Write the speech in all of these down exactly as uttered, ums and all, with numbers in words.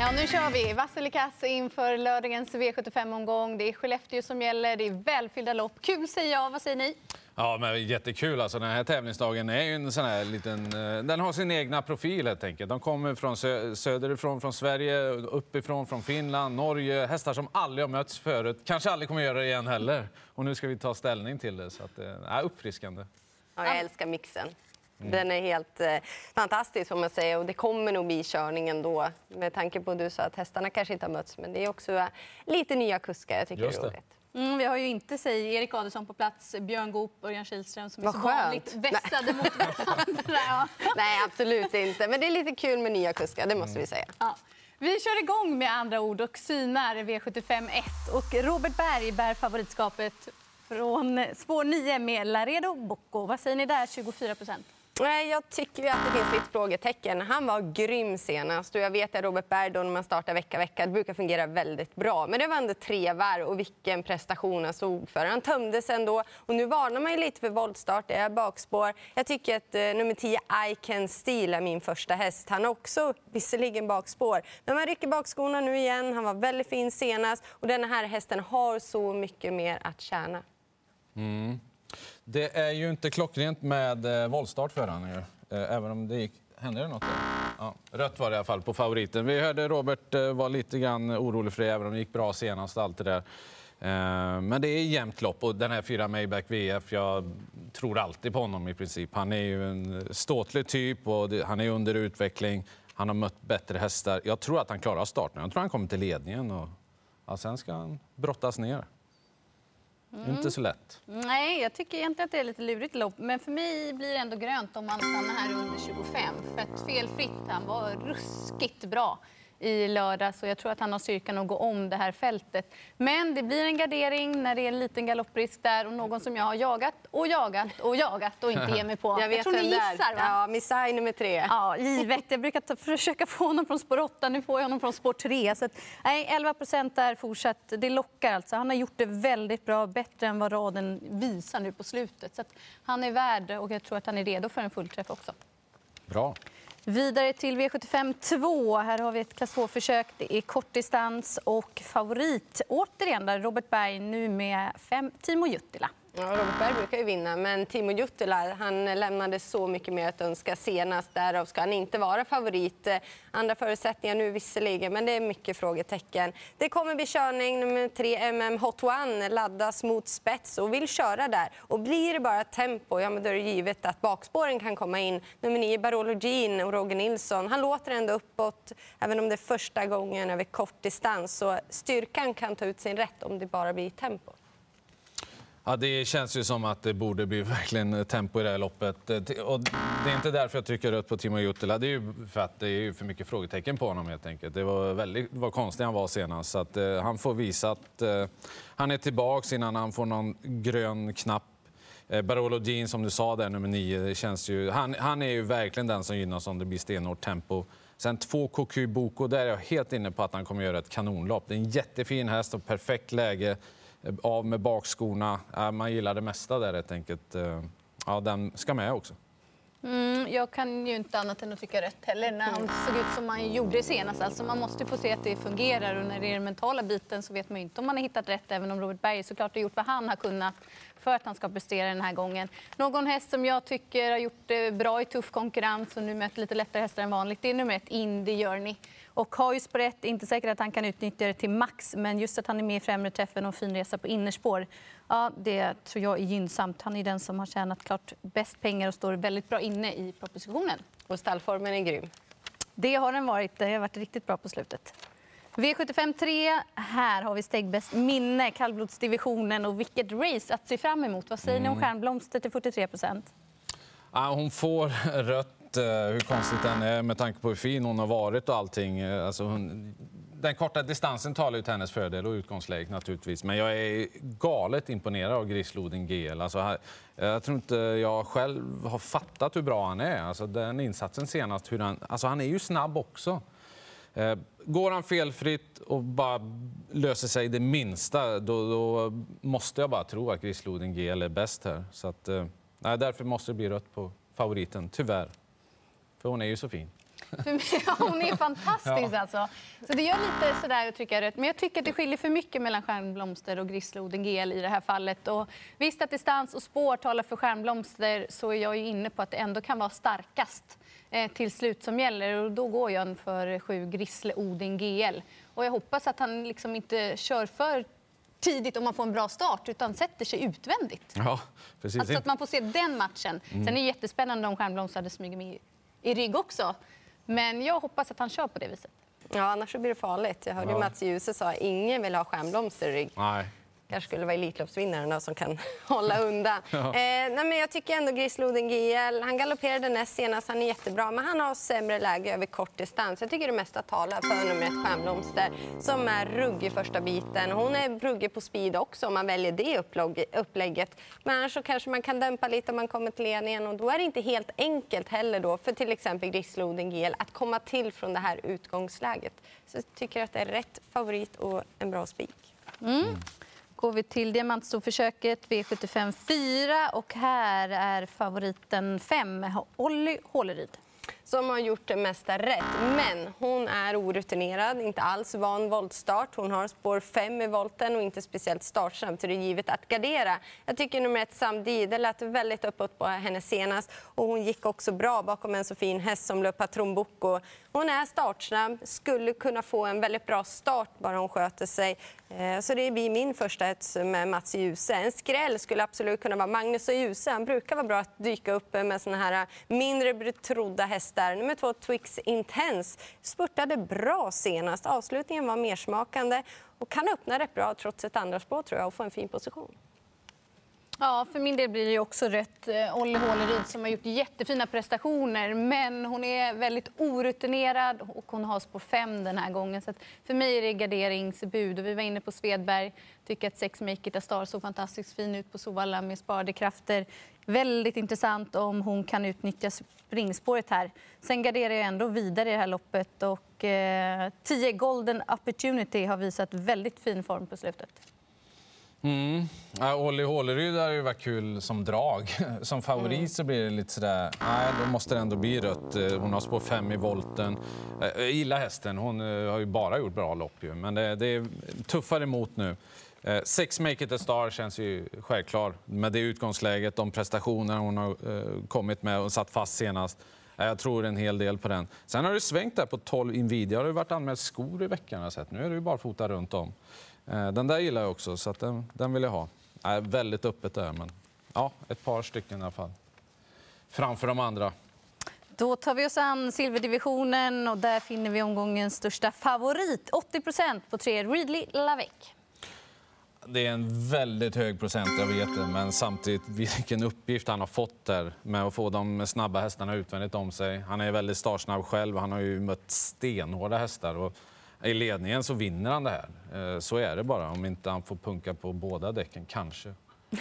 Ja, nu kör vi. Vasilikass inför lördagens V sjuttiofem-omgång. Det är Skellefteå som gäller. Det är välfyllda lopp. Kul säger jag. Vad säger ni? Ja, men jättekul. Alltså, den här tävlingsdagen är ju en sån här liten... Den har sin egna profil helt enkelt. De kommer från sö söderifrån, från Sverige, uppifrån, från Finland, Norge. Hästar som aldrig har mötts förut. Kanske aldrig kommer göra det igen heller. Och nu ska vi ta ställning till det. Så att det är uppfriskande. Ja, jag älskar mixen. Den är helt eh, fantastisk får man säga, och det kommer nog bli körningen då med tanke på att du sa att hästarna kanske inte har mötts, men det är också eh, lite nya kuskar. Jag tycker Just det är det. roligt. Mm, vi har ju inte, säger Erik Adelsson på plats, Björn Goop och Örjan Kihlström som är Vad så skönt. vanligt vässade mot varandra. Ja. Nej, absolut inte. Men det är lite kul med nya kuskar, det måste Mm. vi säga. Ja. Vi kör igång med andra ord och synar V sjuttiofem ett. Och Robert Berg bär favoritskapet från spår nio med Laredo Bocco. Vad säger ni där? tjugofyra procent. Nej, jag tycker ju att det finns lite frågetecken. Han var grym senast och jag vet att Robert Berg då när man startar vecka vecka det brukar fungera väldigt bra. Men det var ändå tre varv och vilken prestation han såg för. Han tömdes ändå och nu varnar man ju lite för våldstart. Det är bakspår. Jag tycker att eh, nummer tio I Can Steal är min första häst. Han har också visserligen bakspår. Men man rycker bakskorna nu igen. Han var väldigt fin senast och den här hästen har så mycket mer att tjäna. Mm. Det är ju inte klockrent med eh, våldstart för han ju. Eh, även om det gick... Hände det något där? Ja, rött var det i alla fall på favoriten. Vi hörde Robert eh, var lite grann orolig för det, även om det gick bra senast allt det där. Eh, men det är jämnt lopp och den här fyra Maybach V F, jag tror alltid på honom i princip. Han är ju en ståtlig typ och det, han är under utveckling. Han har mött bättre hästar. Jag tror att han klarar starten. Jag tror han kommer till ledningen och ja, sen ska han brottas ner. Mm. Inte så lätt. Nej, jag tycker egentligen att det är lite lurigt lopp. Men för mig blir det ändå grönt om man stannar här under tjugofem. För att felfritt, han var ruskigt bra i lördag. Så jag tror att han har styrkan att gå om det här fältet. Men det blir en gardering när det är en liten galopprisk där. Och någon som jag har jagat och jagat och jagat och inte ger mig på. Jag vet jag tror ni gissar, va? Ja, Missai nummer tre. Ja, givet. Jag brukar ta, försöka få honom från spår åtta. Nu får jag honom från spår tre. Så att, nej, elva procent där fortsatt. Det lockar alltså. Han har gjort det väldigt bra. Bättre än vad raden visar nu på slutet. Så att han är värd och jag tror att han är redo för en fullträff också. Bra. Vidare till V sjuttiofem två. Här har vi ett klass två-försök. Det är kortdistans och favorit. Återigen där Robert Berg nu med fem Timo Juttila. Ja, Robert Berg brukar ju vinna, men Timo Juttila, han lämnade så mycket mer att önska senast. Därav ska han inte vara favorit. Andra förutsättningar nu visserligen, men det är mycket frågetecken. Det kommer bli körning. Nummer tre M M Hot One laddas mot spets och vill köra där. Och blir det bara tempo, ja men då är det givet att bakspåren kan komma in. Nummer nio Barolo Jean och Roger Nilsson. Han låter ändå uppåt, även om det är första gången över kort distans. Så styrkan kan ta ut sin rätt om det bara blir tempo. Ja, det känns ju som att det borde bli verkligen tempo i det här loppet. Och det är inte därför jag trycker rött på Timo Juttila. Det är ju för att det är ju för mycket frågetecken på honom helt enkelt. Det var väldigt vad konstigt han var senast. Så att, eh, han får visa att eh, han är tillbaks innan han får någon grön knapp. Eh, Barolo Jean som du sa där, nummer nio. Det känns ju, han, han är ju verkligen den som gynnas om det blir stenhårt tempo. Sen två Koku Boko, där är jag helt inne på att han kommer göra ett kanonlopp. Det är en jättefin häst och perfekt läge. Av med bakskorna. Ja, man gillar det mesta där helt enkelt. Ja, den ska med också. Mm, jag kan ju inte annat än att tycka rätt heller när han såg ut som man gjorde senast. Alltså man måste få se att det fungerar och när det är den mentala biten så vet man ju inte om man har hittat rätt, även om Robert Berg såklart har gjort vad han har kunnat för att han ska prestera den här gången. Någon häst som jag tycker har gjort det bra i tuff konkurrens och nu möter lite lättare hästar än vanligt, det är nummer ett Indie Journey. Och har ju spåret, inte säkert att han kan utnyttja det till max, men just att han är med i främre träffen och fin resa på innerspår, ja, det tror jag är gynnsamt. Han är den som har tjänat klart bäst pengar och står väldigt bra inne i propositionen. Och stallformen är grym. Det har den varit. Det har varit riktigt bra på slutet. V sjuttiofem tre, här har vi stegbäst minne, kallblodsdivisionen och vilket race att se fram emot. Vad säger mm. ni om Stjärnblomster till fyrtiotre procent? Ja, hon får rött, hur konstigt den är med tanke på hur fin hon har varit och allting. Alltså hon, den korta distansen talar ju till hennes fördel och utgångsläget naturligtvis. Men jag är galet imponerad av Grisloden G L. Alltså här, jag tror inte jag själv har fattat hur bra han är. Alltså den insatsen senast, hur han, alltså han är ju snabb också. Eh, går han felfritt och bara löser sig det minsta, då, då måste jag bara tro att Grisloden G L är bäst här. Så att, eh, därför måste det bli rött på favoriten, tyvärr. För hon är ju så fin. För mig, hon är fantastisk. Ja. Alltså. Så det gör lite sådär att trycka rätt. Men jag tycker att det skiljer för mycket mellan Stjärnblomster och Grisloden G L i det här fallet. Och visst att distans och spår talar för Stjärnblomster, så är jag ju inne på att det ändå kan vara starkast eh, till slut som gäller. Och då går jag för sju Grisloden G L. Och jag hoppas att han liksom inte kör för tidigt om man får en bra start, utan sätter sig utvändigt. Ja, precis. Alltså att man får se den matchen. Mm. Sen är det jättespännande om Stjärnblomster hade smugit med i rygg också. Men jag hoppas att han kör på det viset. Ja, annars blir det farligt. Jag hörde ja. Mats Djuse sa att ingen vill ha Stjärnblomster i rygg. Nej. Kanske skulle vara Elitloppsvinnaren då, som kan hålla undan. Ja. Eh, nej, men jag tycker ändå Grisloden G L, han galopperade näst senast, han är jättebra, men han har sämre läge över kort distans. Jag tycker det mesta talar för nummer ett Stjärnblomster, som är ruggig första biten. Hon är ruggig på speed också om man väljer det upplägget. Men annars så kanske man kan dämpa lite om man kommer till ledningen, och då är det inte helt enkelt heller då för till exempel Grisloden G L att komma till från det här utgångsläget. Så jag tycker att det är rätt favorit och en bra spik. Mm. Går vi till diamantstorförsöket V sjuttiofem fyra, och här är favoriten fem, Olli Håleryd. Som har gjort det mesta rätt, men hon är orutinerad, inte alls van voltstart. Hon har spår fem i volten och inte speciellt startsnabb, så det är givet att gardera. Jag tycker nummer ett Samdi, det lät väldigt uppåt på henne senast, och hon gick också bra bakom en så fin häst som Le Patron Bocco. Hon är startsnabb, skulle kunna få en väldigt bra start bara hon sköter sig. Så det blir min första hets med Mats Djuse. En skräll skulle absolut kunna vara Magnus och Djuse. Han brukar vara bra att dyka upp med såna här mindre betrodda hästar. Nummer två Twix Intense spurtade bra senast. Avslutningen var mer smakande och kan öppna rätt bra trots ett andra spår, tror jag, och få en fin position. Ja, för min del blir det också rätt. Olli Håleryd som har gjort jättefina prestationer, men hon är väldigt orutinerad och hon har spår fem den här gången. Så att för mig är det garderingsbud, och vi var inne på Svedberg. Tycker att sex Make It A Star så fantastiskt fin ut på Sovalla med sparade krafter. Väldigt intressant om hon kan utnyttja springspåret här. Sen garderar jag ändå vidare i det här loppet, och eh, tio Golden Opportunity har visat väldigt fin form på slutet. Mm. Ja, Olli Håleryd har ju varit kul som drag. Som favorit mm. så blir det lite sådär, nej, då måste det ändå bli rött. Hon har spår fem i volten. Jag gillar hästen, hon har ju bara gjort bra lopp ju. Men det, det är tuffare emot nu. Sex Make It A Star känns ju självklar med det utgångsläget, de prestationer hon har kommit med och satt fast senast. Jag tror en hel del på den. Sen har det svängt där på tolv Invidia. Har det varit anmält skor i veckan, jag har sett. Nu är det ju bara fota runt om. Den där gillar jag också, så att den, den vill jag ha. Är väldigt öppet där, men ja, ett par stycken i alla fall. Framför de andra. Då tar vi oss an silverdivisionen, och där finner vi omgångens största favorit. åttio procent på tre, Ridley Lavec. Det är en väldigt hög procent, jag vet det, men samtidigt vilken uppgift han har fått där med att få de snabba hästarna utvändigt om sig. Han är väldigt startsnabb själv, han har ju mött stenhårda hästar, och i ledningen så vinner han det här. Så är det bara, om inte han får punka på båda däcken, kanske.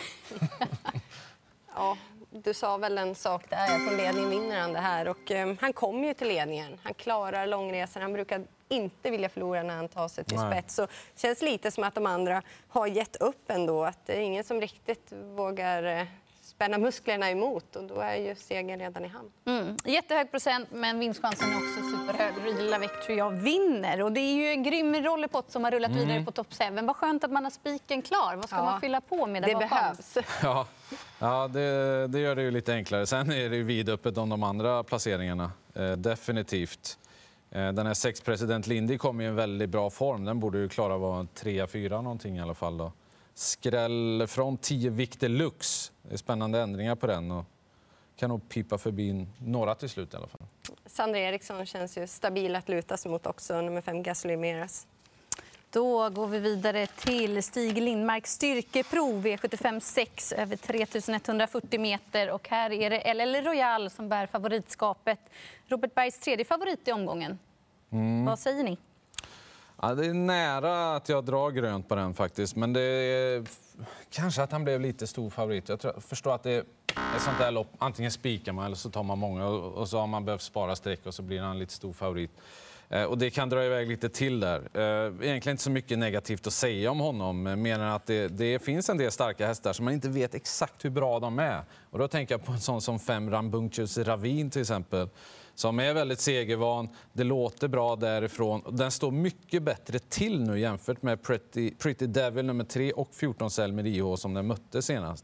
Ja, du sa väl en sak där, från ledningen vinner han det här, och um, han kommer ju till ledningen. Han klarar långresor, han brukar inte vilja förlora när han tar sig till Nej. spets. Så det känns lite som att de andra har gett upp ändå, att det är ingen som riktigt vågar uh, spänna musklerna emot, och då är ju segern redan i hamn. Mm. Jättehög procent, men vinstchansen är också superhög. Ridley Lavec tror jag vinner, och det är ju en grym rollerpott som har rullat mm. vidare på topp sju. Vad skönt att man har spiken klar. Vad ska ja. man fylla på med? Det behövs. Ja, ja det, det gör det ju lite enklare. Sen är det ju vidöppet om de andra placeringarna. Eh, definitivt. Eh, den här sex President Lindy kommer i en väldigt bra form. Den borde ju klara att vara tre fyra någonting i alla fall då. Skräll från tio Victor Lux. Det är spännande ändringar på den, och kan nog pipa förbi några till slut i alla fall. Sandra Eriksson känns ju stabil att luta sig mot också, nummer fem Gasolimeras. Då går vi vidare till Stig Lindmarks styrkeprov V sjuttiofem sex över tre tusen etthundrafyrtio meter, och här är det L L Royal som bär favoritskapet. Robert Bergs tredje favorit i omgången. Mm. Vad säger ni? Ja, det är nära att jag drar grönt på den faktiskt, men det är kanske att han blev lite stor favorit. Jag, tror, jag förstår att det är ett sånt där lopp, antingen spikar man eller så tar man många och, och så har man behövt spara streck och så blir han lite stor favorit. Eh, och det kan dra iväg lite till där. Eh, egentligen inte så mycket negativt att säga om honom, mer än att det, det finns en del starka hästar som man inte vet exakt hur bra de är. Och då tänker jag på en sån som fem Rambunctius Ravin till exempel, som är väldigt segervan. Det låter bra därifrån. Den står mycket bättre till nu jämfört med Pretty, Pretty Devil nummer tre och fjorton Selmer I H som den mötte senast.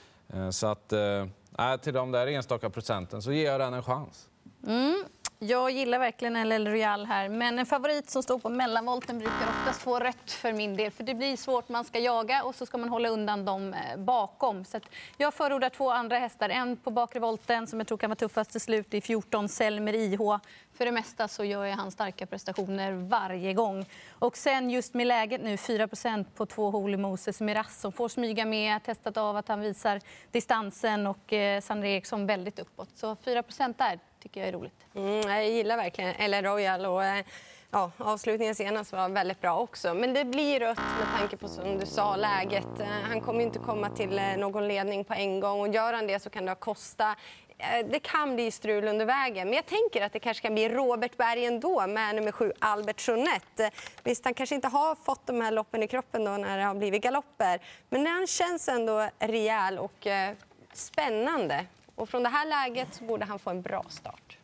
Så att äh, till de där enstaka procenten så ger jag den en chans. Mm. Jag gillar verkligen L L Royal här, men en favorit som står på mellanvolten brukar oftast få rött för min del. För det blir svårt, man ska jaga och så ska man hålla undan dem bakom. Så att jag förordar två andra hästar. En på bakre volten som jag tror kan vara tuffast till slut i fjorton Selmer I H. För det mesta så gör jag hans starka prestationer varje gång. Och sen just med läget nu, fyra procent på två Holy Moses Miraz som får smyga med. Testat av att han visar distansen och eh, Sandra Eriksson väldigt uppåt. Så fyra procent där tycker jag är roligt. Mm, jag gillar verkligen L L Royal och eh, ja, avslutningen senast var väldigt bra också. Men det blir rött med tanke på, som du sa, läget. Eh, han kommer ju inte komma till eh, någon ledning på en gång och gör han det så kan det kosta. Det kan bli strul under vägen, men jag tänker att det kanske kan bli Robert Berg ändå med nummer sju Albert Jeanette. Visst, han kanske inte har fått de här loppen i kroppen då när det har blivit galopper, men han känns ändå rejäl och eh, spännande. Och från det här läget så borde han få en bra start.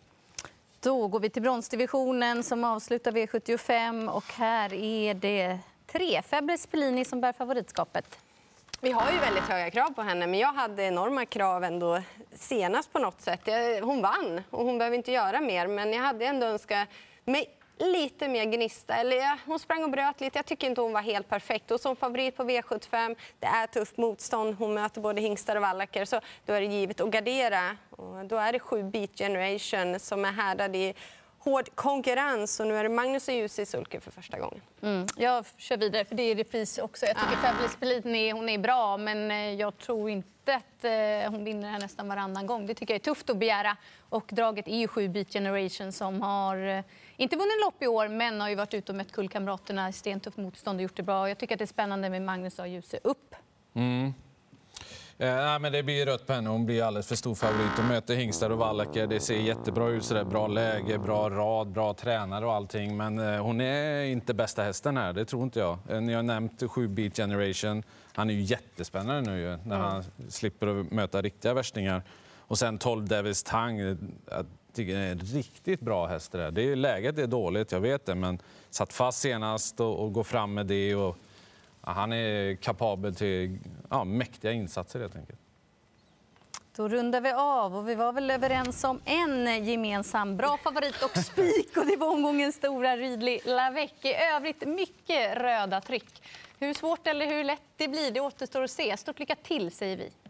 Då går vi till bronsdivisionen som avslutar V sjuttiofem och här är det tre Febbre Spellini som bär favoritskapet. Vi har ju väldigt höga krav på henne, men jag hade enorma krav ändå senast på något sätt. Hon vann och hon behöver inte göra mer, men jag hade ändå önskat mig lite mer gnista. Eller ja, hon sprang och bröt lite. Jag tycker inte hon var helt perfekt. Och som favorit på V sjuttiofem, det är tufft motstånd. Hon möter både hingstar och vallacker, så då är det givet att gardera. Och då är det sju Beat Generation som är härdad i hård konkurrens, och nu är det Magnus och Jussi Sulke för första gången. Mm. Jag kör vidare, för det är repris också. Jag tycker ah. Febbre Spellini, hon är bra, men jag tror inte att hon vinner här nästan varannan gång. Det tycker jag är tufft att begära. Och draget är ju sju Beat Generation som har inte vunnit lopp i år, men har ju varit ute och mött kullkamraterna i stentufft motstånd och gjort det bra. Jag tycker att det är spännande med Magnus och Jussi upp. Mm. Ja, men det blir rött på henne. Hon blir alldeles för stor favorit. Hon möter hingstar och vallacker. Det ser jättebra ut. Så där. Bra läge, bra rad, bra tränare och allting. Men hon är inte bästa hästen här. Det tror inte jag. Ni har nämnt sju Beat Generation. Han är ju jättespännande nu när han mm. slipper att möta riktiga värstingar. Och sen tolv Devil's Tongue. Jag tycker det är en riktigt bra häst där. Det är, läget är dåligt, jag vet det. Men satt fast senast och, och går fram med det. Och ja, han är kapabel till ja, mäktiga insatser helt enkelt. Då rundar vi av och vi var väl överens om en gemensam bra favorit och spik, och det var omgångens stora Ridley Lavec. I övrigt mycket röda tryck. Hur svårt eller hur lätt det blir, det återstår att se. Stort lycka till, säger vi.